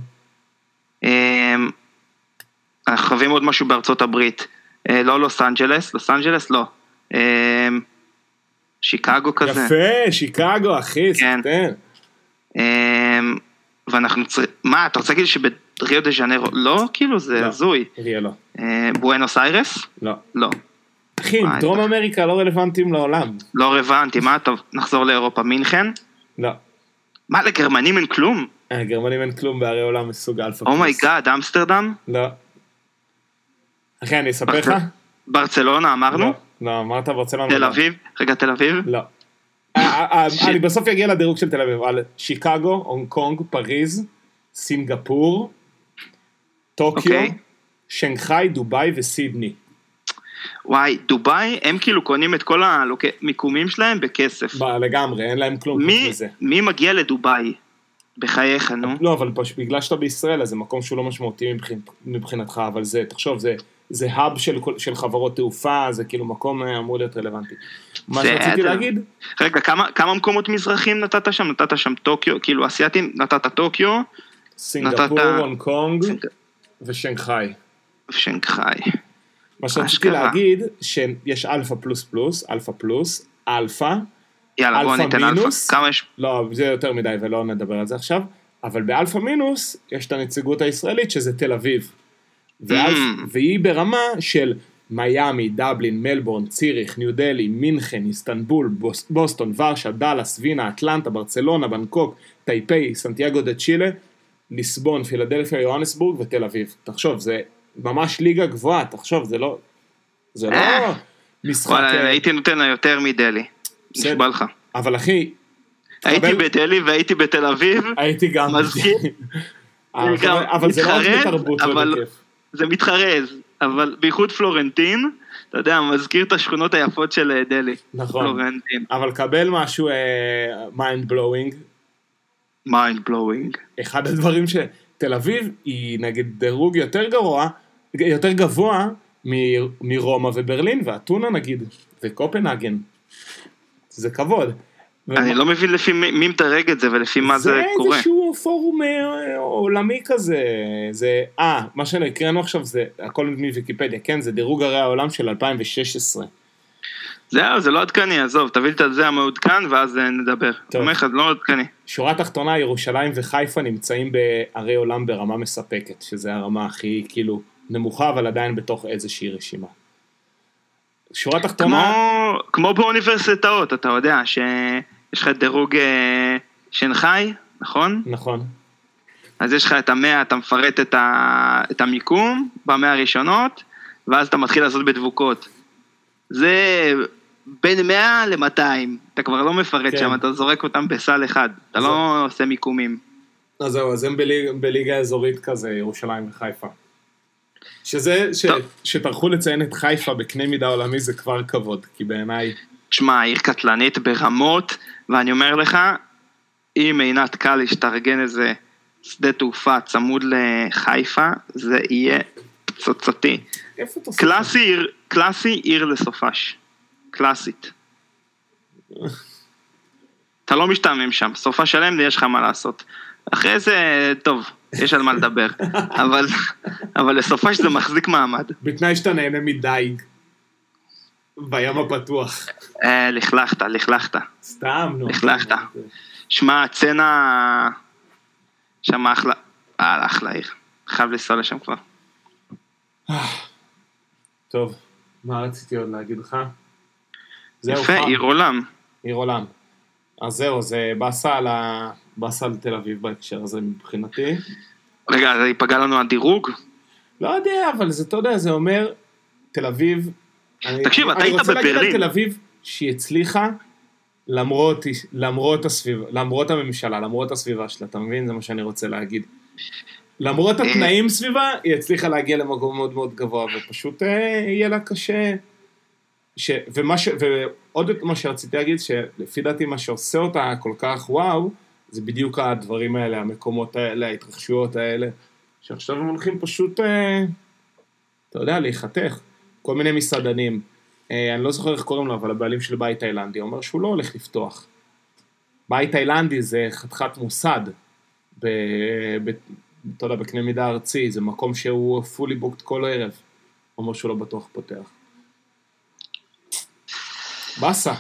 אנחנו חווים עוד משהו בארצות הברית. לא לוס אנג'לס, לוס אנג'לס לא. שיקגו כזה. יפה, שיקגו, אחי, כן. ספטן. ואנחנו צריכים, מה, אתה רוצה להגיד שבריו דה ז'נרו, לא? כאילו זה הזוי. ריו לא. בואנוס איירס? לא. לא. אחי, דרום אמריקה לא רלוונטיים לעולם. לא רלוונטי, מה, טוב, נחזור לאירופה, מינכן? לא. מה, לגרמנים אין כלום? לגרמנים אין כלום בערי עולם מסוג אלפא פלוס. אומייגאד, אמסטרדם? לא. אחי, אני אספר לך? ברצלונה, אמרנו? לא, אמרת ברצלונה. תל אביב? רגע, תל אביב? לא. אני בסוף אגיע לדירוג של תל אביב, על שיקגו, הונג קונג, פריז, סינגפור, טוקיו, שנגחאי, דובאי וסידני. וואי, דובאי, הם כאילו קונים את כל המיקומים שלהם בכסף. לגמרי, אין להם כלום כזה. מי מגיע לדובאי? בחייך, נו. לא, אבל בגלל שאתה בישראל, אז זה מקום שהוא לא משמעותי מבחינתך, אבל זה, תחשוב, זה... זה האב של, של חברות תעופה, זה כאילו מקום אמור להיות רלוונטי. מה שרציתי להגיד... רגע, כמה, כמה מקומות מזרחים נתת שם? נתת שם טוקיו, כאילו אסיאטים, נתת טוקיו, סינגפור, הונג קונג ושנגחאי. ושנגחאי. מה שרציתי להגיד, שיש אלפא פלוס פלוס, אלפא פלוס, אלפא, יאללה, בוא ניתן אלפא. כמה יש? לא, זה יותר מדי ולא נדבר על זה עכשיו, אבל באלפא מינוס יש את הנציגות הישראלית שזה תל אביב. והיא ברמה של מיימי, דבלין, מלבורן, ציריך, ניו דלי, מינכן, איסטנבול, בוסטון, ורשה, דלס, וינה, אטלנטה, ברצלונה, בנקוק, טייפי, סנטיאגו דה צ'ילה, ליסבון, פילדלפיה, יוהנסבורג ותל אביב. תחשוב, זה ממש ליגה גבוהה, תחשוב, זה לא זה לא משחק... וואלה, הייתי נותן לה יותר מדלי, נשבע לך. אבל אחי... הייתי בדלי והייתי בתל אביב. הייתי גם. אבל זה לא רק בתרבות ובכיף. זה מתחרז, אבל בייחוד פלורנטין, אתה יודע, מזכיר את השכונות היפות של דלי. נכון, פלורנטין. אבל קבל משהו mind blowing. mind blowing. אחד הדברים שתל אביב היא נגיד דירוג יותר גרוע, יותר גבוה מרומא וברלין, ואתונה נגיד, וקופנהגן. זה כבוד. אני לא מבין לפי מי מדרג את זה ולפי מה זה קורה. זה איזשהו פורום עולמי כזה, זה, אה, מה שנקראנו עכשיו זה, הכל מוויקיפדיה, כן, זה דירוג הרי העולם של אלפיים ושש עשרה. זהו, זה לא עדכני, עזוב, תביא את זה המעודכן ואז נדבר. אומר לך, זה לא עדכני. שורה תחתונה, ירושלים וחיפה נמצאים בערי עולם ברמה מספקת, שזה הרמה הכי כאילו נמוכה, אבל עדיין בתוך איזושהי רשימה. שורה תחתונה... כמו, כמו באוניברסיטאות, אתה יודע, שיש לך דירוג שנגחאי, נכון? נכון. אז יש לך את המאה, אתה מפרט את, ה, את המיקום במאה הראשונות, ואז אתה מתחיל לעשות בדבוקות. זה בין מאה ל-מאתיים, אתה כבר לא מפרט כן. שם, אתה זורק אותם בסל אחד, אתה לא עושה מיקומים. אז זהו, אז הם בליג, בליגה אזורית כזה, ירושלים וחיפה. שזה, ש, שטרחו לציין את חיפה בקנה מידה עולמי זה כבר כבוד, כי בעיניי... תשמע, עיר קטלנית ברמות, ואני אומר לך, אם עינת קליש תארגן איזה שדה תעופה צמוד לחיפה, זה יהיה פצוצתי. איפה אתה קלאסי עיר, קלאסי עיר לסופש. קלאסית. אתה לא משתעמם שם, סופה שלם יש לך מה לעשות. אחרי זה, טוב, יש על מה לדבר. אבל, אבל לסופה שזה מחזיק מעמד. בתנאי שאתה נהנה מדייג. בים הפתוח. אה, לכלכת, לכלכת. סתם, נו. לכלכת. שמע, הצנה... שם אחלה... אה, אחלה עיר. חייב לנסוע לשם כבר. טוב, מה רציתי עוד להגיד לך? יפה, עיר עולם. עיר עולם. אז זהו, זה בסה על, ה... בסה על תל אביב בהקשר הזה מבחינתי. רגע, זה ייפגע לנו הדירוג? לא יודע, אבל זה, אתה יודע, זה אומר, תל אביב... תקשיב, אני, אתה היית בברלין. אני רוצה להגיד על תל אביב שהיא הצליחה, למרות, למרות, הסביב, למרות הממשלה, למרות הסביבה שלה, אתה מבין? זה מה שאני רוצה להגיד. למרות התנאים סביבה, היא הצליחה להגיע למקום מאוד מאוד גבוה, ופשוט יהיה לה קשה... ש... ומה ש... ועוד מה שרציתי להגיד, שלפי דעתי מה שעושה אותה כל כך וואו, זה בדיוק הדברים האלה, המקומות האלה, ההתרחשויות האלה, שעכשיו הם הולכים פשוט, אתה יודע, להיחתך. כל מיני מסעדנים, אני לא זוכר איך קוראים לו, אבל הבעלים של בית תאילנדי, אומר שהוא לא הולך לפתוח. בית תאילנדי זה חתיכת מוסד, ב, ב, אתה יודע, בקנה מידה ארצי, זה מקום שהוא fully booked כל ערב, או משהו לא בטוח פותח. בסה.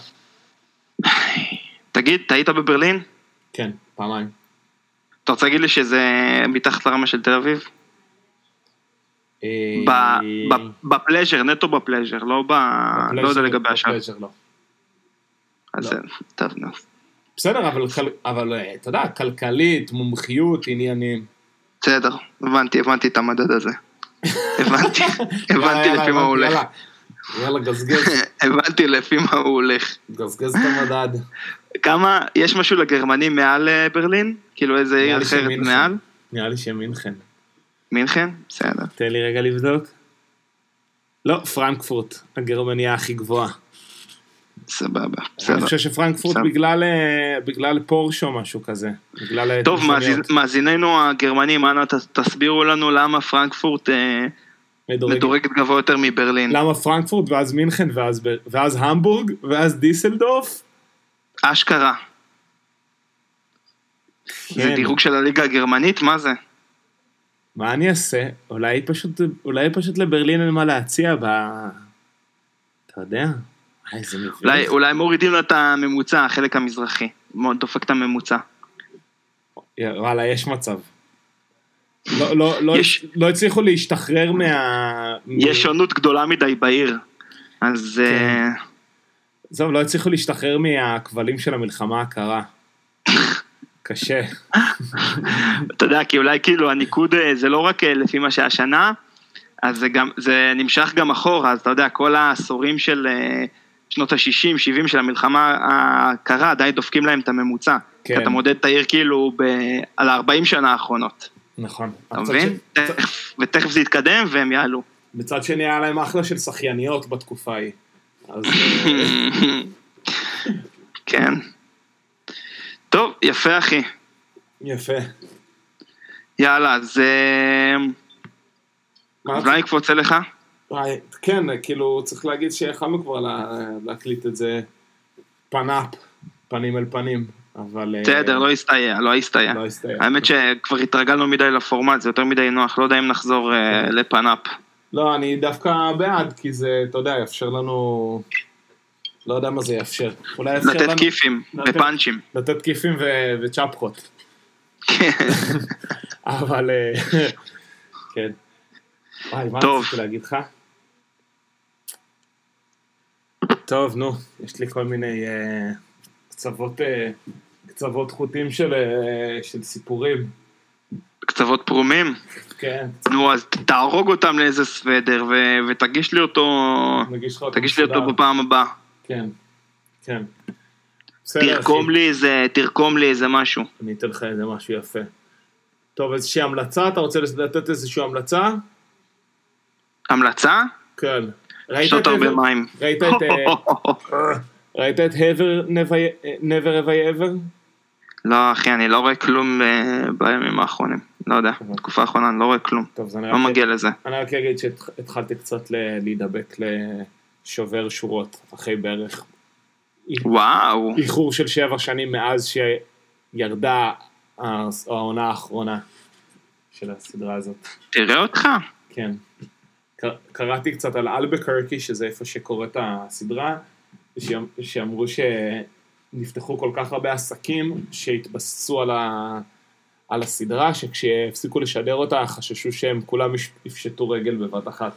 תגיד, אתה היית בברלין? כן, פעמיים. אתה רוצה להגיד לי שזה מתחת לרמה של תל אביב? בפלז'ר, נטו בפלז'ר, לא יודע לגבי השאר. בפלז'ר לא. אז טוב, נו. בסדר, אבל אתה יודע, כלכלית, מומחיות, עניינים. בסדר, הבנתי, הבנתי את המדד הזה. הבנתי, הבנתי לפי מה הוא הולך. יאללה, גזגז. הבנתי לפי מה הוא הולך. גזגז את המדד. כמה, יש משהו לגרמנים מעל ברלין? כאילו איזה עיר אחרת מעל? נראה לי שמינכן. מינכן? בסדר. תן לי רגע לבדוק. לא, פרנקפורט, הגרמניה הכי גבוהה. סבבה, בסדר. אני חושב שפרנקפורט בגלל, בגלל פורש או משהו כזה. טוב, מאזיננו הגרמנים, אנא תסבירו לנו למה פרנקפורט מדורגת גבוה יותר מברלין. למה פרנקפורט ואז מינכן ואז, ואז המבורג ואז דיסלדורף? אשכרה. כן. זה דירוג של הליגה הגרמנית, מה זה? מה אני אעשה? אולי פשוט, אולי פשוט לברלין אין מה להציע ב... אתה יודע? אולי, אולי מורידים לה את הממוצע, החלק המזרחי. דופק את הממוצע. וואלה, יש מצב. לא, לא, לא, יש... לא הצליחו להשתחרר מה... יש שונות גדולה מדי בעיר. אז... כן. זהו, לא הצליחו להשתחרר מהכבלים של המלחמה הקרה. קשה. אתה יודע, כי אולי כאילו הניקוד זה לא רק לפי מה שהשנה, אז זה גם, זה נמשך גם אחורה, אז אתה יודע, כל העשורים של שנות ה-שישים שבעים של המלחמה הקרה, עדיין דופקים להם את הממוצע. כן. כי אתה מודד את העיר כאילו ב... על ה-ארבעים שנה האחרונות. נכון. אתה מבין? ש... ותכף זה יתקדם והם יעלו. בצד שני היה להם אחלה של שחייניות בתקופה ההיא. אז... כן. טוב, יפה אחי. יפה. יאללה, אז... אז אולי נקפוץ אליך? כן, כאילו צריך להגיד שיכולנו כבר להקליט את זה פנאפ, פנים אל פנים, אבל... בסדר, לא הסתייע, לא הסתייע. לא הסתייע. האמת שכבר התרגלנו מדי לפורמט, זה יותר מדי נוח, לא יודע אם נחזור לפנאפ. לא, אני דווקא בעד, כי זה, אתה יודע, יאפשר לנו... לא יודע מה זה יאפשר. לתת כיפים ופאנצ'ים. לתת כיפים וצ'פחות. כן. אבל, כן. וואי, מה רציתי להגיד לך? טוב, נו, יש לי כל מיני קצוות, קצוות חוטים של, של סיפורים. קצוות פרומים? כן. נו, אז תהרוג אותם לאיזה סוודר ותגיש לי אותו, תגיש לי אותו בפעם הבאה. כן, כן. תרקום לי איזה, תרקום לי איזה משהו. אני אתן לך איזה משהו יפה. טוב, איזושהי המלצה, אתה רוצה לתת איזושהי המלצה? המלצה? כן. שתות הרבה מים. ראית את... ראית את Never Have I Ever? לא, אחי, אני לא רואה כלום בימים האחרונים. לא יודע, בתקופה האחרונה אני לא רואה כלום. לא מגיע לזה. אני רק אגיד שהתחלתי קצת להידבק לשובר שורות, אחרי בערך. וואו. איחור של שבע שנים מאז שירדה העונה האחרונה של הסדרה הזאת. תראה אותך. כן. קראתי קצת על אלבקרקי, שזה איפה שקוראת הסדרה, שאמרו שנפתחו כל כך הרבה עסקים שהתבססו על, ה... על הסדרה, שכשהפסיקו לשדר אותה, חששו שהם כולם יפשטו רגל בבת אחת.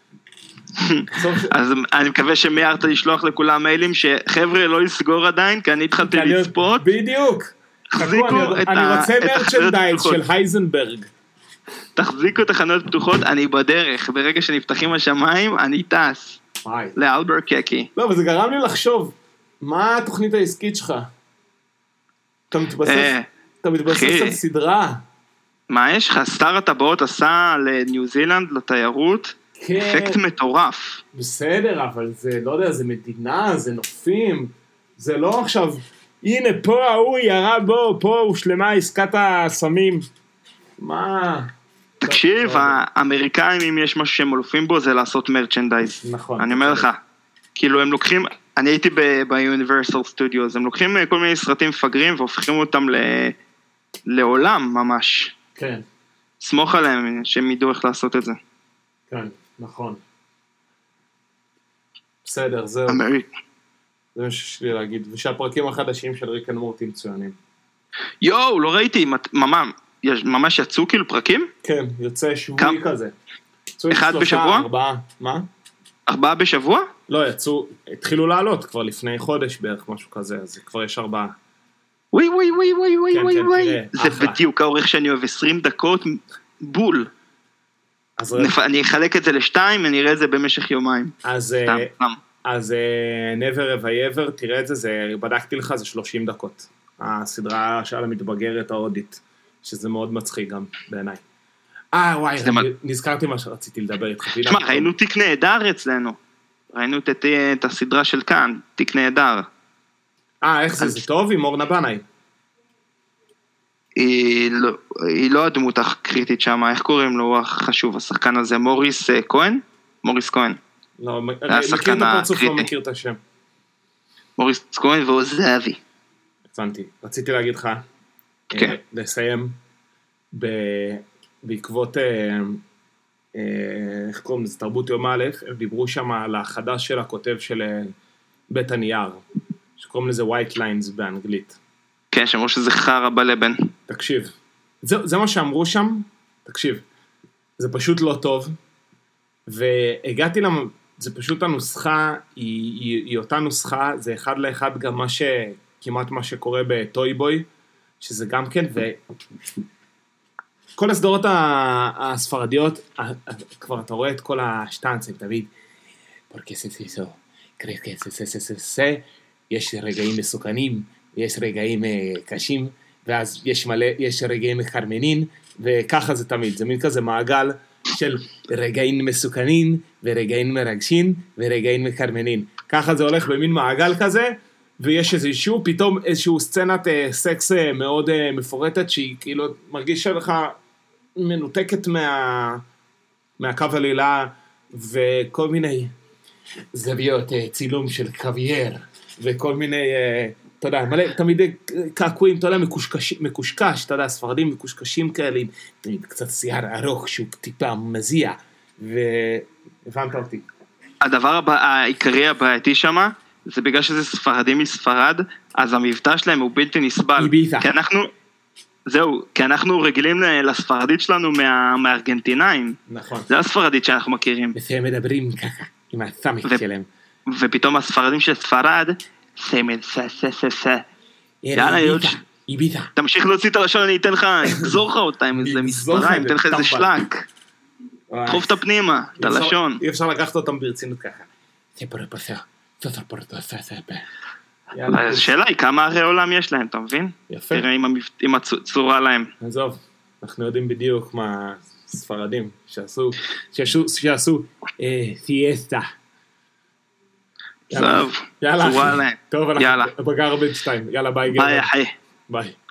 אז אני מקווה שמיירת לשלוח לכולם מיילים שחבר'ה לא לסגור עדיין, כי אני התחלתי לצפות. בדיוק. אני רוצה מרצ'נדייז של הייזנברג. תחזיקו את החנויות פתוחות, אני בדרך, ברגע שנפתחים השמיים, אני טס. לאלברקקי. לא, אבל זה גרם לי לחשוב, מה התוכנית העסקית שלך? אתה מתבסס על סדרה. מה יש לך? סטאר הטבעות עשה לניו זילנד, לתיירות, אפקט מטורף. בסדר, אבל זה, לא יודע, זה מדינה, זה נופים, זה לא עכשיו, הנה פה ההוא ירה בו, פה הושלמה עסקת הסמים. מה... תקשיב, האמריקאים, אם יש משהו שהם אלופים בו, זה לעשות מרצ'נדייז. נכון. אני אומר לך, כאילו הם לוקחים, אני הייתי ב-Universal Studios, הם לוקחים כל מיני סרטים מפגרים והופכים אותם לעולם ממש. כן. סמוך עליהם שהם ידעו איך לעשות את זה. כן, נכון. בסדר, זהו. אמריק. זה מה שיש לי להגיד. ושהפרקים החדשים של ריק אנד מורטי מצוינים. יואו, לא ראיתי, ממש, ממש יצאו כאילו פרקים? כן, יוצא שבועי כזה. אחד בשבוע? ארבעה, מה? ארבעה בשבוע? לא, יצאו, התחילו לעלות כבר לפני חודש בערך, משהו כזה, אז כבר יש ארבעה. וואי וואי וואי וואי וואי וואי וואי. זה בדיוק האורך שאני אוהב, עשרים דקות בול. אני אחלק את זה לשתיים, אני אראה את זה במשך יומיים. אז אז never ever ever, תראה את זה, בדקתי לך, זה שלושים דקות. הסדרה של המתבגרת ההודית, שזה מאוד מצחיק גם בעיניי. אה, וואי, נזכרתי מה שרציתי לדבר איתך. שמע, ראינו תיק נהדר אצלנו. ראינו את הסדרה של כאן, תיק נהדר. אה, איך זה? זה טוב עם אורנה בנאי? היא לא הדמות הקריטית שם, איך קוראים לו החשוב, השחקן הזה, מוריס כהן? מוריס כהן. לא, מכיר את הפרצוף, לא מכיר את השם. מוריס כהן ועוז זהבי. הבנתי, רציתי להגיד לך, לסיים בעקבות, איך קוראים לזה, תרבות יום א', הם דיברו שם על החדש של הכותב של בית הנייר, שקוראים לזה White Lines באנגלית. כן, שאמרו שזה חרא בלבן. תקשיב, זה, זה מה שאמרו שם, תקשיב, זה פשוט לא טוב, והגעתי למה, זה פשוט הנוסחה, היא, היא, היא אותה נוסחה, זה אחד לאחד גם מה ש... כמעט מה שקורה בטוי בוי, שזה גם כן, וכל הסדרות הספרדיות, כבר אתה רואה את כל השטנצים, תמיד, porque se hizo, creo que se se se se, יש רגעים מסוכנים, יש רגעים קשים, ואז יש מלא, יש רגעים מחרמנים, וככה זה תמיד, זה מין כזה מעגל של רגעים מסוכנים, ורגעים מרגשים, ורגעים מחרמנים. ככה זה הולך במין מעגל כזה, ויש איזשהו, פתאום איזשהו סצנת אה, סקס אה, מאוד אה, מפורטת, שהיא כאילו מרגישה לך מנותקת מה, מהקו הלילה, וכל מיני זוויות, אה, צילום של קווייר, וכל מיני, אה, אתה יודע, מלא, תמיד קעקועים, אתה יודע, מקושקש, מקושקש, אתה יודע, ספרדים מקושקשים כאלה, עם קצת שיער ארוך, שהוא טיפה מזיע, והבנת אותי. הדבר העיקרי הבעייתי שמה, זה בגלל שזה ספרדים מספרד, אז המבטא שלהם הוא בלתי נסבל. כי אנחנו, זהו, כי אנחנו רגילים לספרדית שלנו מה, מהארגנטינאים. נכון. זה הספרדית שאנחנו מכירים. והם מדברים ככה, עם הסמיק שלהם. ופתאום הספרדים של ספרד, סמד, סה, סה, סה, סה. יאללה, יוד, איביתה. תמשיך להוציא את הלשון, אני אתן לך, אגזור לך אותה עם איזה מספריים, אתן לך איזה שלק. תחוף את הפנימה, את הלשון. אי אפשר לקחת אותם ברצינות ככה. זה פרופסור. השאלה היא כמה הרי עולם יש להם, אתה מבין? יפה. תראה עם הצורה להם. עזוב, אנחנו יודעים בדיוק מה ספרדים שעשו, שעשו פיאסטה. עזוב, צורה להם. טוב, אנחנו בגרבג' שתיים. יאללה, ביי. ביי, אחי. ביי.